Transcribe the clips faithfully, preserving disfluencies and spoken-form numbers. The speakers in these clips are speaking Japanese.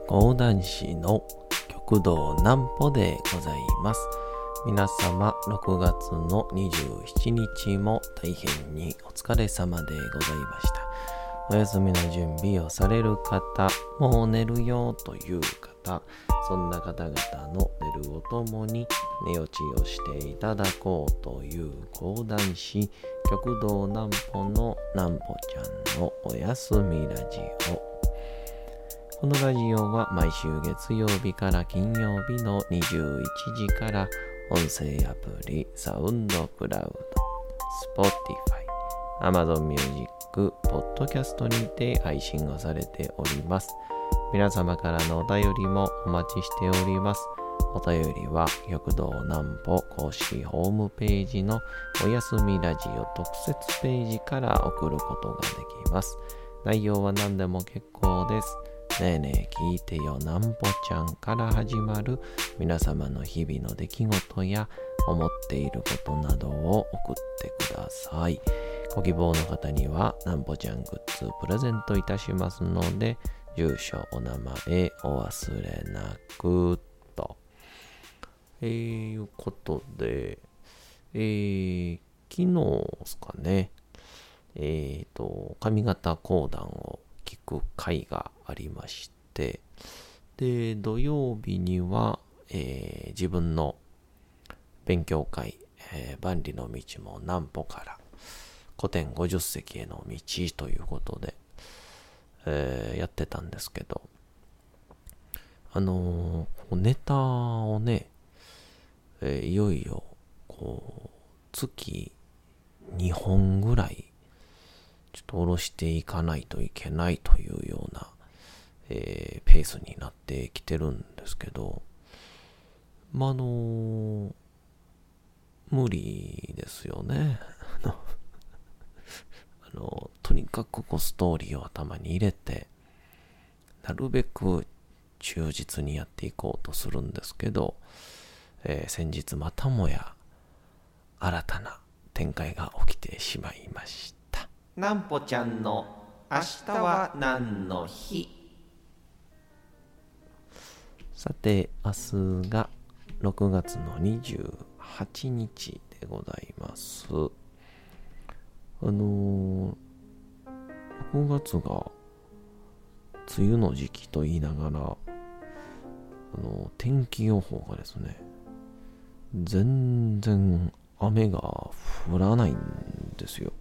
講談師の極道南歩でございます。皆様ろくがつのにじゅうしちにちも大変にお疲れ様でございました。お休みの準備をされる方、もう寝るよという方、そんな方々の寝るをともに寝落ちをしていただこうという講談師極道南歩の南歩ちゃんのおやすみラジオ。このラジオは毎週月曜日から金曜日のにじゅういちじから音声アプリサウンドクラウド、Spotify、Amazon Music、ポッドキャストにて配信をされております。皆様からのお便りもお待ちしております。お便りは極道南歩公式ホームページのおやすみラジオ特設ページから送ることができます。内容は何でも結構です。ねえねえ聞いてよ南歩ちゃんから始まる皆様の日々の出来事や思っていることなどを送ってください。ご希望の方には南歩ちゃんグッズプレゼントいたしますので、住所お名前お忘れなくと、えー、いうことで、えー、昨日ですかね、えーと上方講談を聞く会がありまして、で土曜日には、えー、自分の勉強会、えー、万里の道も南歩から古典ごじゅっせきへの道ということで、えー、やってたんですけど、あのー、ネタをね、えー、いよいよこう月にほんぐらいちょっと下ろしていかないといけないというような、えー、ペースになってきてるんですけど、まあ、あのー、無理ですよね。あのとにかくこうストーリーを頭に入れて、なるべく忠実にやっていこうとするんですけど、えー、先日またもや新たな展開が起きてしまいました。南歩ちゃんの明日は何の日。さて明日がろくがつのにじゅうはちにちでございます。あのー、ろくがつが梅雨の時期と言いながら、あのー、天気予報がですね、全然雨が降らないんですよ。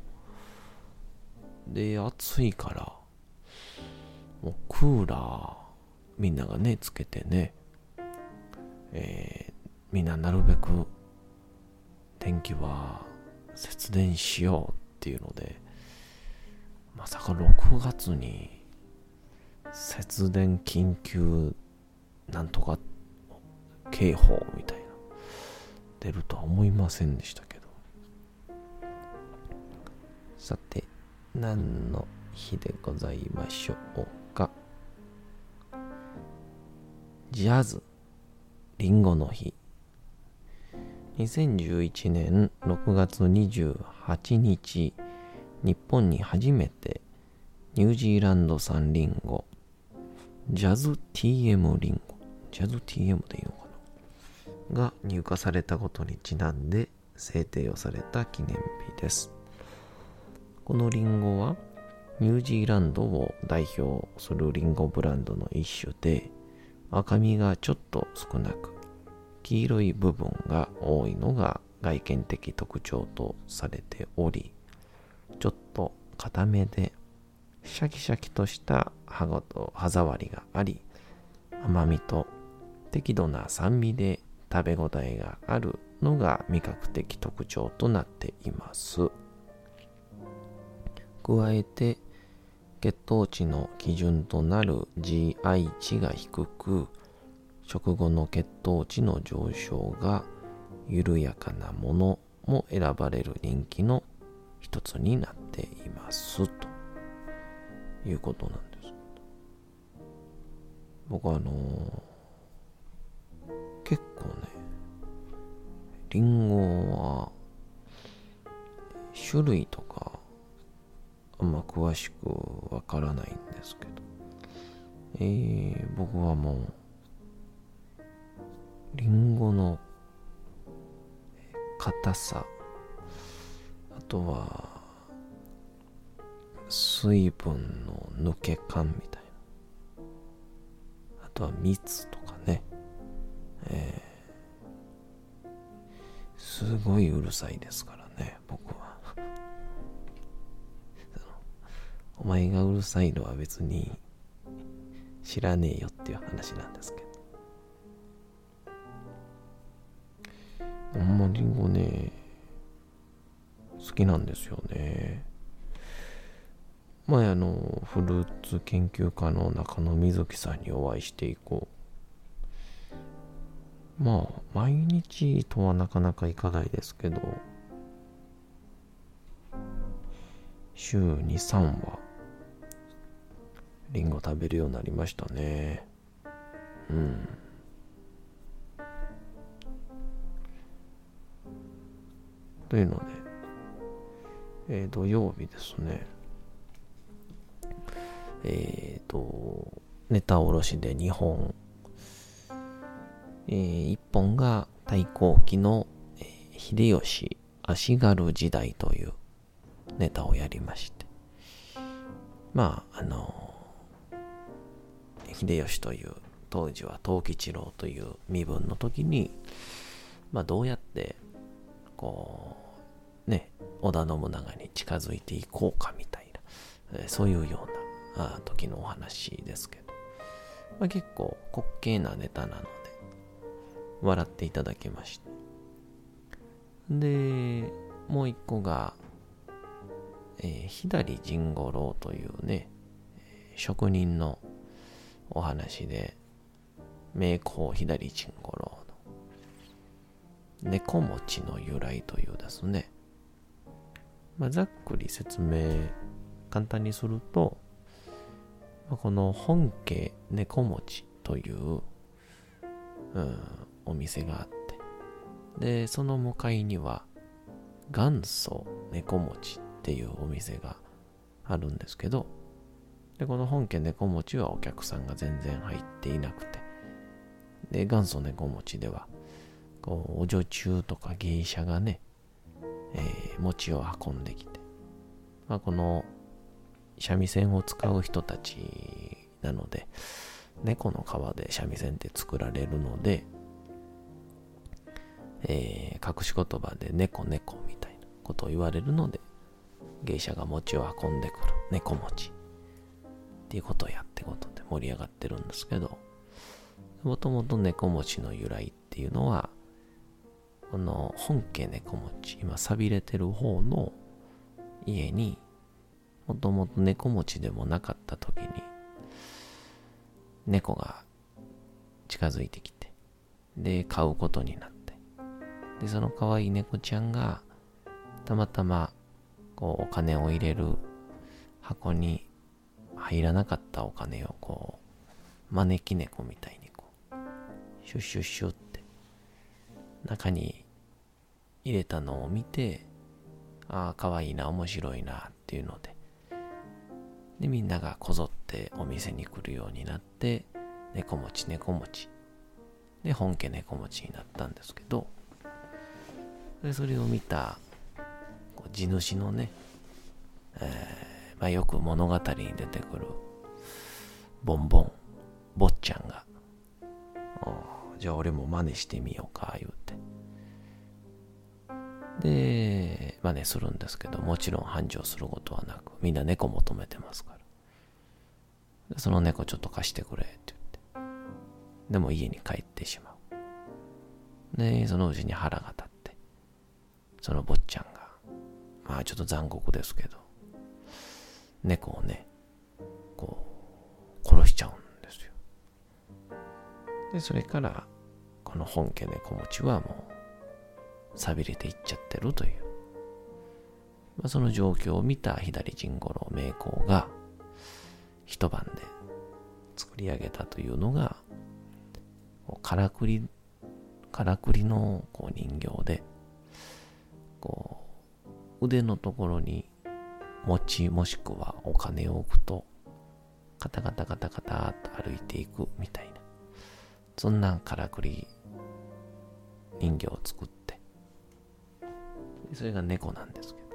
で、暑いから、もうクーラーみんながね、つけてね、えー、みんななるべく電気は節電しようっていうので、まさかろくがつに節電緊急なんとか警報みたいな出るとは思いませんでしたけど。さて何の日でございましょうか。ジャズリンゴの日。にせんじゅういちねんろくがつにじゅうはちにち、日本に初めてニュージーランド産リンゴ、ジャズ ティーエム リンゴ、ジャズ ティーエム でいいのかなが入荷されたことにちなんで制定をされた記念日です。このリンゴはニュージーランドを代表するリンゴブランドの一種で、赤みがちょっと少なく黄色い部分が多いのが外見的特徴とされており、ちょっと硬めでシャキシャキとした歯ごと歯触りがあり、甘みと適度な酸味で食べ応えがあるのが味覚的特徴となっています。加えて血糖値の基準となる ジーアイ 値が低く、食後の血糖値の上昇が緩やかなものも選ばれる人気の一つになっていますということなんです。僕はあのー、結構ね、リンゴは種類とかあんま詳しくわからないんですけど、 えー、僕はもうリンゴの硬さ、あとは水分の抜け感みたいな、あとは蜜とかね、えー、すごいうるさいですからね、僕は。お前がうるさいのは別に知らねえよっていう話なんですけど。ほんまリンゴね、好きなんですよね。前あの、フルーツ研究家の中野瑞希さんにお会いして以降、まあ、毎日とはなかなかいかないですけど、週に、さんは、リンゴ食べるようになりましたね。うん。というので、えー、土曜日ですね。えっ、ー、と、ネタおろしでにほん、えー、いっぽんが太閤記の、えー、秀吉足軽時代というネタをやりまして、まああのー、秀吉という当時は藤吉郎という身分の時に、まあどうやってこうね織田信長に近づいていこうかみたいな、えー、そういうようなあ時のお話ですけど、まあ、結構滑稽なネタなので笑っていただけました。で、もう一個が、えー、左甚五郎というね、職人のお話で、名工左甚五郎の猫餅の由来というですね、まあ、ざっくり説明、簡単にすると、まあ、この本家猫餅という、うん、お店があって、でその向かいには元祖猫餅っていうお店があるんですけど、でこの本家猫餅はお客さんが全然入っていなくて、で元祖猫餅ではこうお女中とか芸者がね、えー、餅を運んできて、まあ、この三味線を使う人たちなので、猫の皮で三味線って作られるので、えー、隠し言葉で猫猫みたいなことを言われるので、芸者が餅を運んでくる猫餅っていうことをやってことで盛り上がってるんですけど、もともと猫餅の由来っていうのは、この本家猫餅、今寂れてる方の家にもともと猫餅でもなかった時に猫が近づいてきて、で飼うことになって、でその可愛い猫ちゃんがたまたまこうお金を入れる箱に入らなかったお金をこう招き猫みたいにこうシュッシュッシュッって中に入れたのを見て、ああ可愛いな面白いなっていうので、でみんながこぞってお店に来るようになって、猫餅猫餅で本家猫餅になったんですけど、でそれを見たこう地主のね、えーまあ、よく物語に出てくるボンボン坊ちゃんが、じゃあ俺も真似してみようか言うて、で真似するんですけど、もちろん繁盛することはなく、みんな猫求めてますから、でその猫ちょっと貸してくれって言って、でも家に帰ってしまう。でそのうちに腹が立って、その坊ちゃんが、まあちょっと残酷ですけど、猫をねこう殺しちゃうんですよ。でそれからこの本家猫餅はもう寂れていっちゃってるという、まあ、その状況を見た左甚五郎名工が一晩で作り上げたというのが、からくりからくりのこう人形で、こう腕のところに餅もしくはお金を置くと、 カタカタカタカタっと歩いていくみたいな、そんなからくり人形を作って、それが猫なんですけど、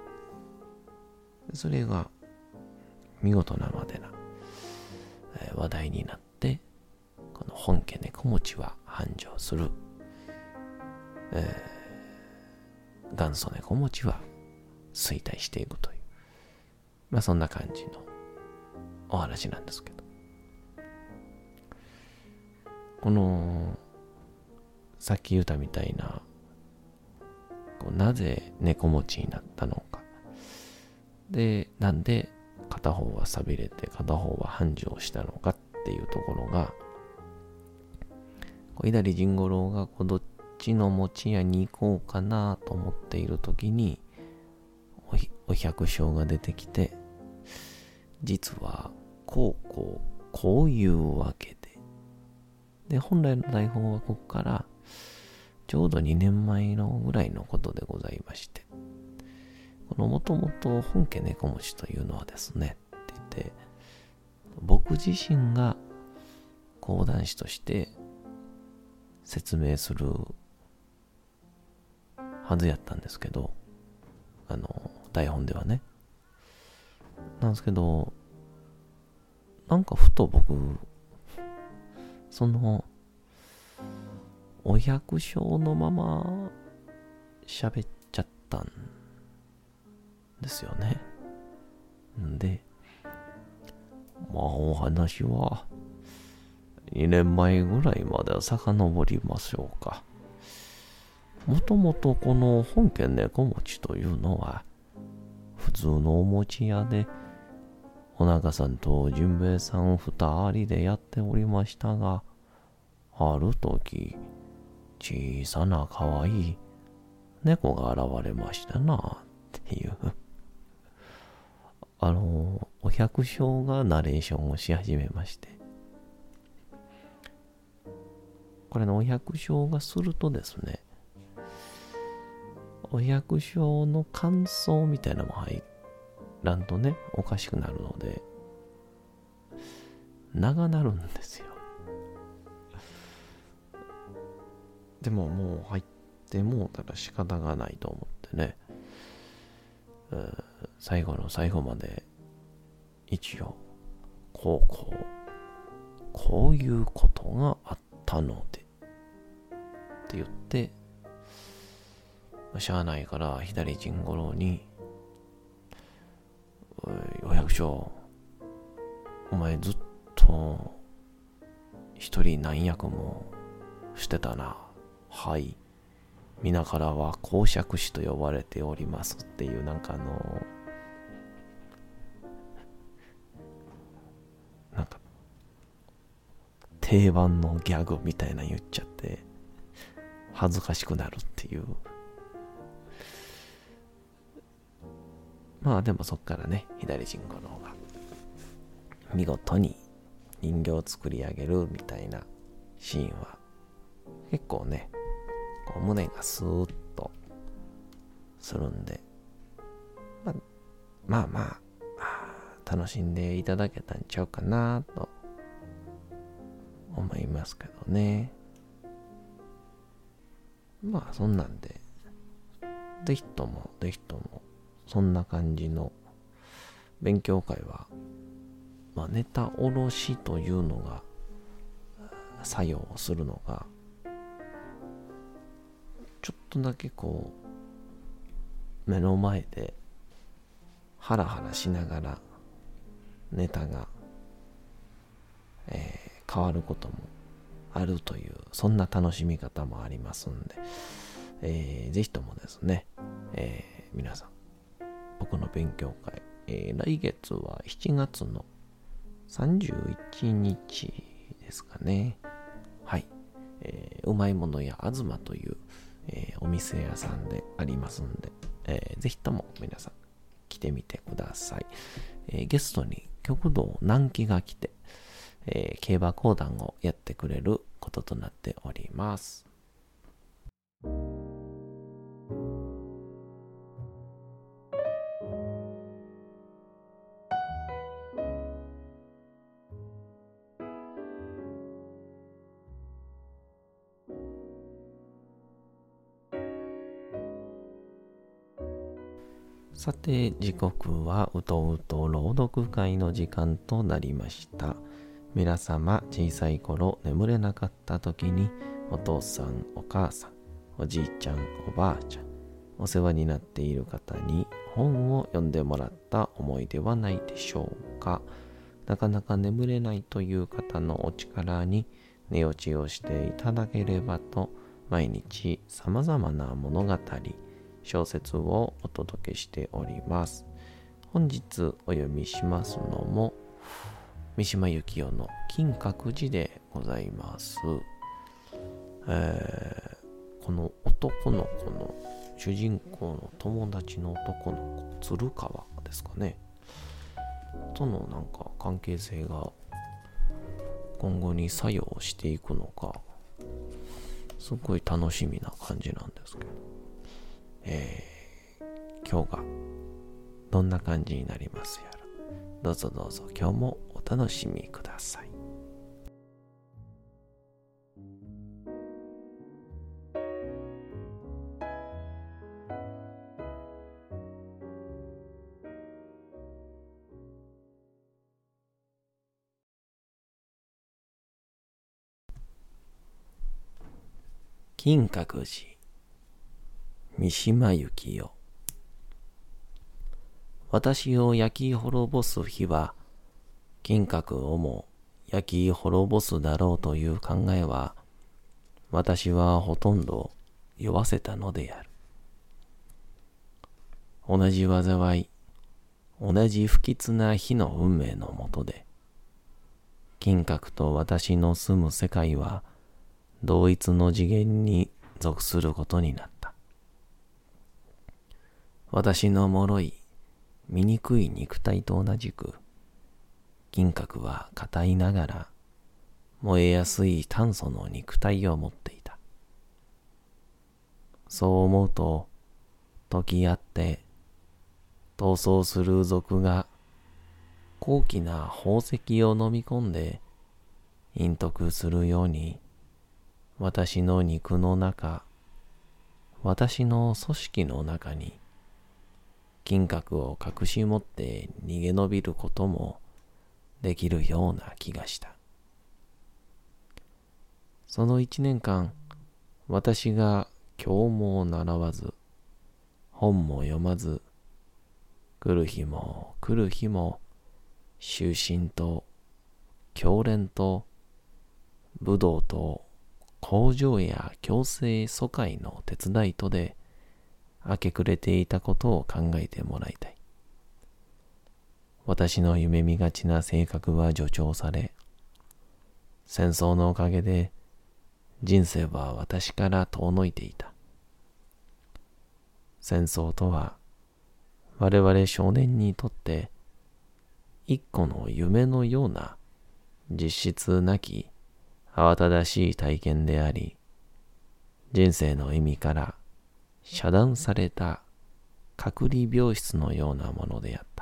それが見事なまでな、えー、話題になって、この本家猫持ちは繁盛する、えー、元祖猫持ちは衰退していくという、まあそんな感じのお話なんですけど、このさっき言ったみたいな、こうなぜ猫持ちになったのか、でなんで片方は寂れて片方は繁盛したのかっていうところが、左甚五郎がこうどっちの餅屋に行こうかなと思っているときに、お百姓が出てきて、実はこうこうこういうわけで、で本来の台本はここからちょうどにねんまえのぐらいのことでございまして、このもともと本家猫持ちというのはですねって言って、僕自身が講談師として説明するはずやったんですけど、あの台本ではねなんですけど、なんかふと僕そのお百姓のまま喋っちゃったんですよね。んでまあお話はにねんまえぐらいまで遡りましょうか。もともとこの本家猫持ちというのは普通のお餅屋で、お中さんと純兵衛さん二人でやっておりましたが、ある時小さな可愛い猫が現れましたなっていうあのお百姓がナレーションをし始めまして、これのお百姓がするとですね、お百姓の感想みたいなのも入らんとねおかしくなるので長なるんですよ。でももう入ってもうたら仕方がないと思ってね、うん、最後の最後まで一応こうこうこういうことがあったのでって言って、しゃあないから左甚五郎に、おいお百姓、お前ずっと一人何役もしてたな。はい、皆からは講釈師と呼ばれておりますっていう、なんかあのなんか定番のギャグみたいなの言っちゃって恥ずかしくなるっていう。まあでもそっからね、左甚五郎が見事に人形を作り上げるみたいなシーンは結構ね、こう胸がスーッとするんで、まあまあ、まあ、楽しんでいただけたんちゃうかなと思いますけどね。まあそんなんで、ぜひともぜひともそんな感じの勉強会は、まあ、ネタおろしというのが作用をするのがちょっとだけこう目の前でハラハラしながらネタが、えー、変わることもあるという、そんな楽しみ方もありますんで、えー、ぜひともですね、えー、皆さん僕の勉強会、えー、来月はしちがつのさんじゅういちにちですかね。はい、えー、うまいものやあずまという、えー、お店屋さんでありますんで、えー、ぜひとも皆さん来てみてください。えー、ゲストに極道南紀が来て、えー、競馬講談をやってくれることとなっております。 さて、時刻はうとうと朗読会の時間となりました。皆様、小さい頃眠れなかった時に、お父さん、お母さん、おじいちゃん、おばあちゃん、お世話になっている方に本を読んでもらった思いではないでしょうか。なかなか眠れないという方のお力に寝落ちをしていただければと、毎日様々な物語、小説をお届けしております。本日お読みしますのも三島由紀夫の金閣寺でございます。えー、この男の子の主人公の友達の男の子、鶴川ですかね、とのなんか関係性が今後に作用していくのか、すごい楽しみな感じなんですけど、えー、今日がどんな感じになりますやら、どうぞどうぞ今日もお楽しみください。金閣寺、三島由紀夫。私を焼き滅ぼす日は、金閣をも焼き滅ぼすだろうという考えは、私はほとんど酔わせたのである。同じ災い、同じ不吉な火の運命のもとで、金閣と私の住む世界は、同一の次元に属することになった。私の脆い、醜い肉体と同じく、金閣は硬いながら、燃えやすい炭素の肉体を持っていた。そう思うと、時あって、逃走する賊が、高貴な宝石を飲み込んで、隠匿するように、私の肉の中、私の組織の中に、金閣を隠し持って逃げ延びることもできるような気がした。その一年間、私が経も習わず、本も読まず、来る日も来る日も、修身と教練と武道と工場や強制疎開の手伝いとで明け暮れていたことを考えてもらいたい。私の夢見がちな性格は助長され、戦争のおかげで人生は私から遠のいていた。戦争とは我々少年にとって一個の夢のような実質なき慌ただしい体験であり、人生の意味から遮断された隔離病室のようなものであった。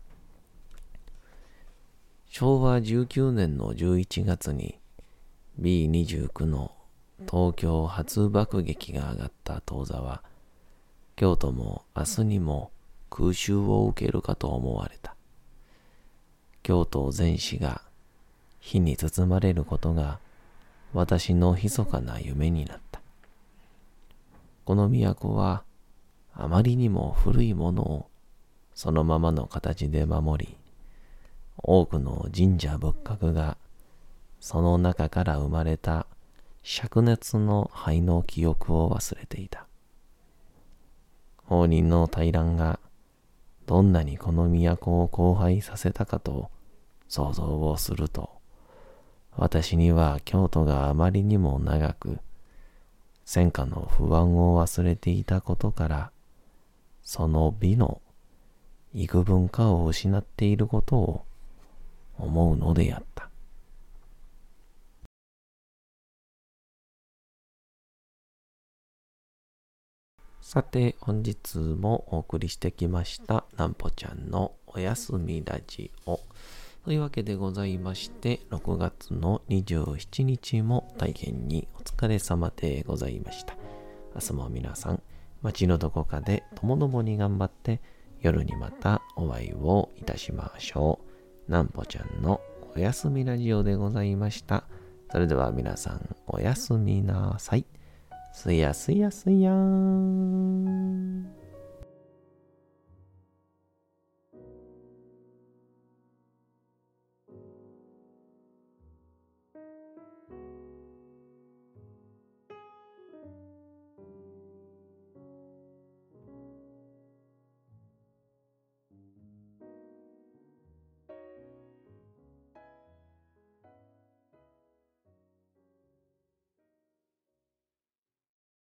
しょうわじゅうきゅうねんのじゅういちがつに ビーにじゅうきゅう の東京初爆撃が上がった当座は、京都も明日にも空襲を受けるかと思われた。京都全市が火に包まれることが私の密かな夢になった。この都はあまりにも古いものをそのままの形で守り、多くの神社仏閣がその中から生まれた灼熱の灰の記憶を忘れていた。応仁の大乱がどんなにこの都を荒廃させたかと想像をすると、私には京都があまりにも長く戦火の不安を忘れていたことから、その美の幾分かを失っていることを思うのであった。さて、本日もお送りしてきましたなんぽちゃんのおやすみラジオというわけでございまして、ろくがつのにじゅうしちにちも大変にお疲れ様でございました。明日も皆さん街のどこかでともどもに頑張って夜にまたお会いをいたしましょう。なんぽちゃんのおやすみラジオでございました。それでは皆さんおやすみなさい。すやすやすやーん。